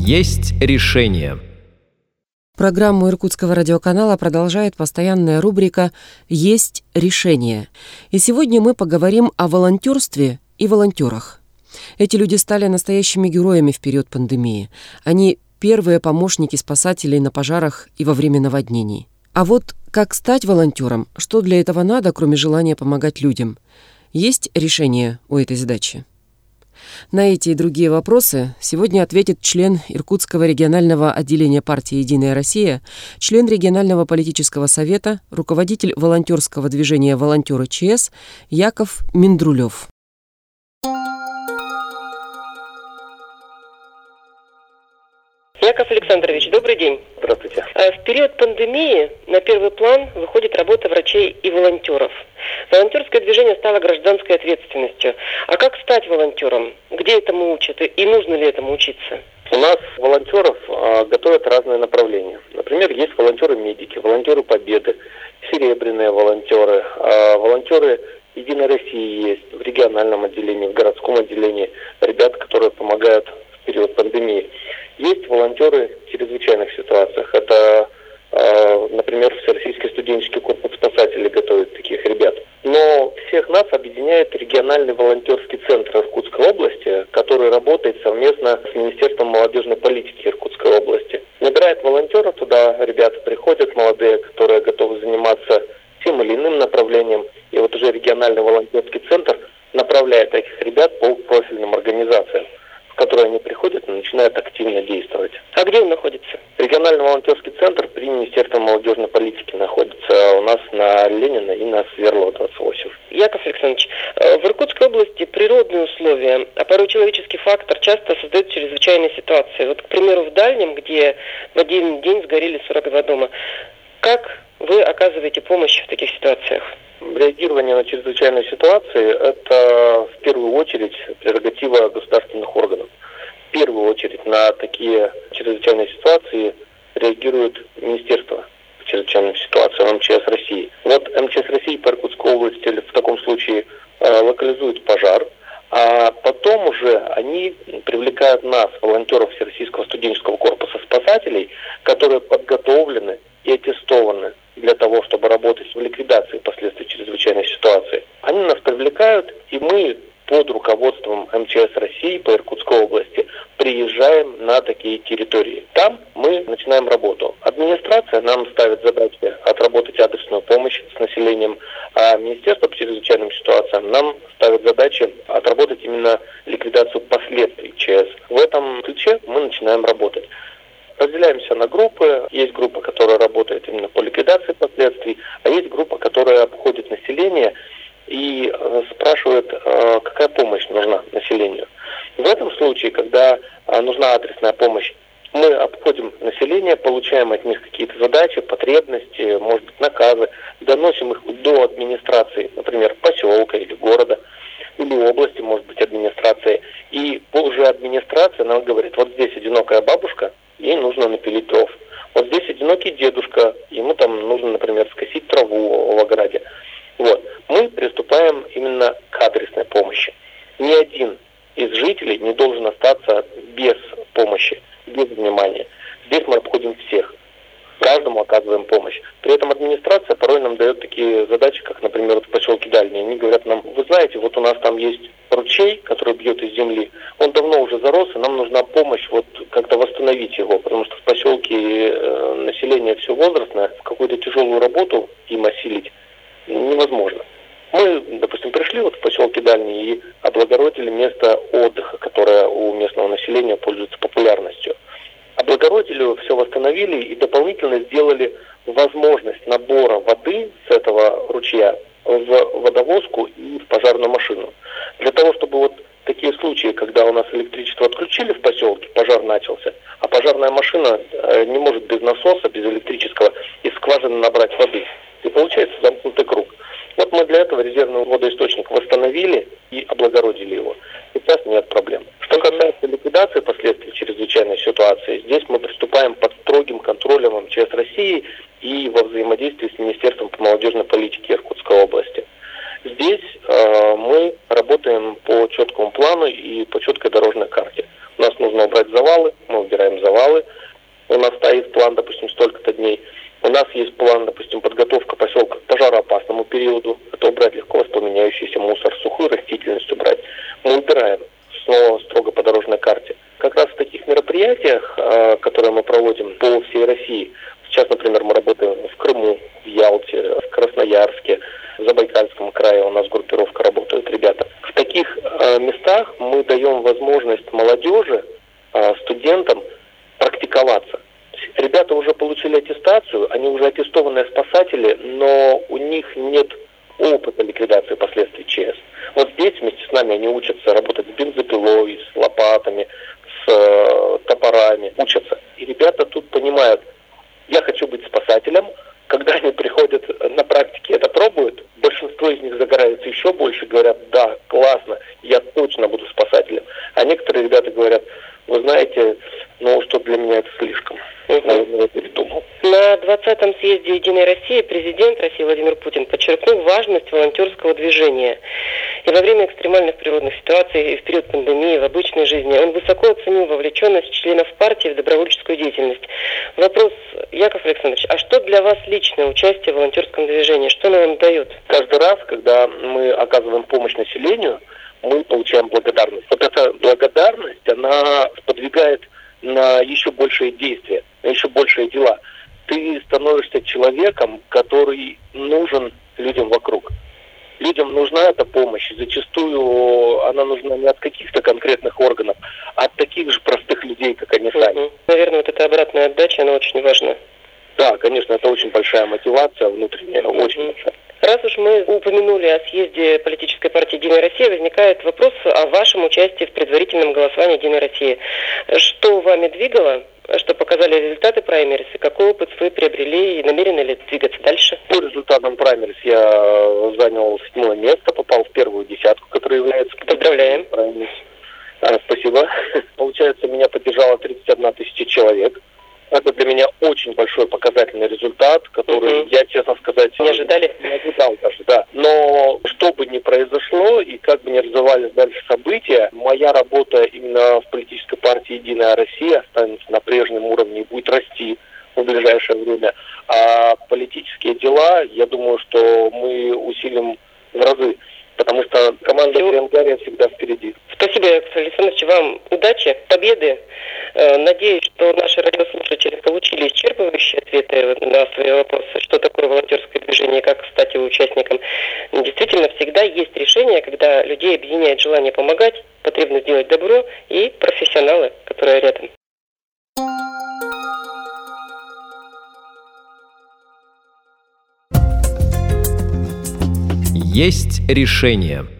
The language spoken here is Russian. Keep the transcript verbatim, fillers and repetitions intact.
Есть решение. Программу Иркутского радиоканала продолжает постоянная рубрика «Есть решение». И сегодня мы поговорим о волонтерстве и волонтерах. Эти люди стали настоящими героями в период пандемии. Они первые помощники спасателей на пожарах и во время наводнений. А вот как стать волонтером, что для этого надо, кроме желания помогать людям? Есть решение у этой задачи? На эти и другие вопросы сегодня ответит член Иркутского регионального отделения партии «Единая Россия», член регионального политического совета, руководитель волонтерского движения «Волонтеры ЧС» Яков Миндрулев. Яков Александрович, добрый день. Здравствуйте. В период пандемии на первый план выходит работа врачей и волонтеров. Волонтерское движение стало гражданской ответственностью. А как стать волонтером? Где этому учат и нужно ли этому учиться? У нас волонтеров а, готовят разные направления. Например, есть волонтеры-медики, волонтеры Победы, серебряные волонтеры, а, волонтеры Единой России есть в региональном отделении, в городском отделении, ребята, которые помогают в период пандемии. Есть волонтеры в чрезвычайных ситуациях. Это, э, например, Всероссийский студенческий корпус спасателей готовит таких ребят. Но всех нас объединяет региональный волонтерский центр Иркутской области, который работает совместно с Министерством молодежной политики Иркутской области. Набирает волонтеров, туда ребята приходят молодые, которые готовы заниматься тем или иным направлением. И вот уже региональный волонтерский центр направляет этих ребят по профильным организациям, в которые они приходят и начинают активно действовать. А где он находится? Региональный волонтерский центр при Министерстве молодежной политики находится у нас на Ленина и на Сверлова двадцать восемь. Яков Александрович, в Иркутской области природные условия, а порой человеческий фактор часто создают чрезвычайные ситуации. Вот, к примеру, в Дальнем, где в один день сгорели сорок два дома. Как вы оказываете помощь в таких ситуациях? Реагирование на чрезвычайные ситуации – это в первую очередь прерогатива государственных органов. В первую очередь на такие чрезвычайные ситуации реагирует Министерство чрезвычайных ситуаций эм че эс России. Вот эм че эс России по Иркутской области в таком случае локализует пожар, а потом уже они привлекают нас, волонтеров Всероссийского студенческого корпуса спасателей, которые подготовлены и аттестованы для того, чтобы работать в ликвидации последствий чрезвычайной ситуации. Они нас привлекают, и мы под руководством эм че эс России по Иркутской области приезжаем на такие территории. Там мы начинаем работу. Администрация нам ставит задачи отработать адресную помощь с населением, а Министерство по чрезвычайным ситуациям нам ставит задачи отработать именно ликвидацию последствий ЧС. В этом ключе мы начинаем работать. Разделяемся на группы. Есть группа, которая работает именно по ликвидации последствий, а есть группа, которая обходит население и э, спрашивает, э, какая помощь нужна населению. В этом случае, когда э, нужна адресная помощь, мы обходим население, получаем от них какие-то задачи, потребности, может быть, наказы, доносим их до администрации, например, поселка или города, или области, может быть, администрации. И уже администрация нам говорит, вот здесь одинокая бабушка, ей нужно напилить дров. Вот здесь одинокий дедушка, ему там нужно, например, скосить траву в ограде. Вот. Мы приступаем именно к адресной помощи. Ни один из жителей не должен остаться без помощи, без внимания. Здесь мы обходим всех. Каждому оказываем помощь. При этом администрация порой нам дает такие задачи, как, например, вот в поселке Дальний. Они говорят нам, вы знаете, вот у нас там есть ручей, который бьет из земли. Он давно уже зарос, и нам нужна помощь вот как-то восстановить его, потому что в поселке э, население все возрастное, в какую-то тяжелую работу им осилить невозможно. Мы, допустим, пришли вот в поселке Дальний и облагородили место отдыха, которое у местного населения пользуется популярностью. Облагородили, все восстановили и дополнительно сделали возможность набора воды с этого ручья в водовозку и в пожарную машину. Для того, чтобы вот такие случаи, когда у нас электричество отключили в поселке, пожар начался, а пожарная машина не может без насоса, без электрического из скважины набрать воды. И получается замкнутый круг. Вот мы для этого резервный водоисточник восстановили и облагородили его. Сейчас нет проблем. Что касается ликвидации последствий чрезвычайной ситуации, здесь мы приступаем под строгим контролем эм че эс России и во взаимодействии с Министерством по молодежной политике Иркутской области. Здесь э, мы работаем по четкому плану и по четкой дорожной карте. У нас нужно убрать завалы, мы убираем снова строго по дорожной карте. Как раз в таких мероприятиях, которые мы проводим по всей России, сейчас, например, мы работаем в Крыму, в Ялте, в Красноярске, в Забайкальском крае у нас группировка работает, ребята. В таких местах мы даем возможность молодежи, студентам практиковаться. Ребята уже получили аттестацию, они уже аттестованные спасатели, но у них нет опыта ликвидации последствий ЧС. Вот здесь вместе с нами они учатся работать с бензопилой, с лопатами, с э, топорами, учатся. И ребята тут понимают, я хочу быть спасателем. Когда они приходят на практике, это пробуют, большинство из них загораются еще больше, говорят, да, классно, я точно буду спасателем. А некоторые ребята говорят, вы знаете, ну что для меня это слишком. Наверное, я передумал. На двадцатом съезде «Единой России» президент России Владимир Путин подчеркнул важность волонтерского движения. И во время экстремальных природных ситуаций, и в период пандемии, в обычной жизни он высоко оценил вовлеченность членов партии в добровольческую деятельность. Вопрос, Яков Александрович, а что для вас лично участие в волонтерском движении? Что оно вам дает? Каждый раз, когда мы оказываем помощь населению, мы получаем благодарность. Вот эта благодарность, она сподвигает на еще большие действия, на еще большие дела. Ты становишься человеком, который нужен людям вокруг. Людям нужна эта помощь. Зачастую она нужна не от каких-то конкретных органов, а от таких же простых людей, как они сами. Угу. Наверное, вот эта обратная отдача, она очень важна. Да, конечно, это очень большая мотивация внутренняя, угу. очень большая. Раз уж мы упомянули о съезде политической партии «Единая Россия», возникает вопрос о вашем участии в предварительном голосовании «Единой России». Что вами двигало, что показали результаты праймерис, и какой опыт вы приобрели и намерены ли двигаться дальше? По результатам праймерис я занял седьмое место, попал в первую десятку, которая является... Поздравляем. Праймерис. А, спасибо. Получается, меня поддержало тридцать одна тысяча человек. Это для меня очень большой показательный результат, который, угу. я, честно сказать, не ожидали? Не ожидал даже, да. Но что бы ни произошло и как бы ни развивались дальше события, моя работа именно в политической партии «Единая Россия» останется на прежнем уровне и будет расти в ближайшее время. А политические дела, я думаю, что мы усилим в разы. Потому что команда Кренгария всегда впереди. Спасибо, Яков Александрович, вам удачи, победы. Надеюсь, что наши радиослушатели получили исчерпывающие ответы на свои вопросы, что такое волонтерское движение и как стать его участником. Действительно, всегда есть решение, когда людей объединяет желание помогать, потребность делать добро и профессионалы, которые рядом. Есть решение.